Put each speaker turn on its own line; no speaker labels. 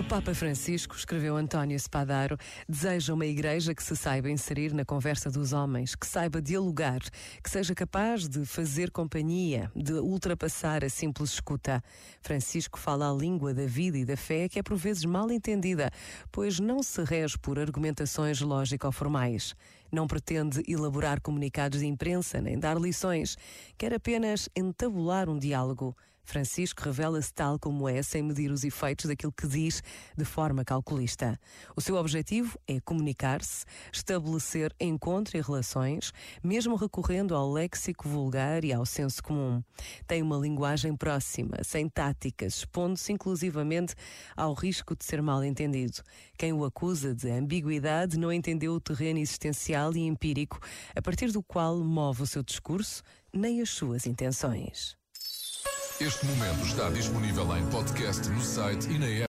Papa Francisco, escreveu António Spadaro, deseja uma igreja que se saiba inserir na conversa dos homens, que saiba dialogar, que seja capaz de fazer companhia, de ultrapassar a simples escuta. Francisco fala a língua da vida e da fé que é por vezes mal entendida, pois não se rege por argumentações lógico-formais. Não pretende elaborar comunicados de imprensa nem dar lições, quer apenas entabular um diálogo. Francisco revela-se tal como é, sem medir os efeitos daquilo que diz de forma calculista. O seu objetivo é comunicar-se, estabelecer encontro e relações, mesmo recorrendo ao léxico vulgar e ao senso comum. Tem uma linguagem próxima, sem táticas, expondo-se inclusivamente ao risco de ser mal entendido. Quem o acusa de ambiguidade não entendeu o terreno existencial e empírico a partir do qual move o seu discurso, nem as suas intenções.
Este momento está disponível em podcast no site e na app.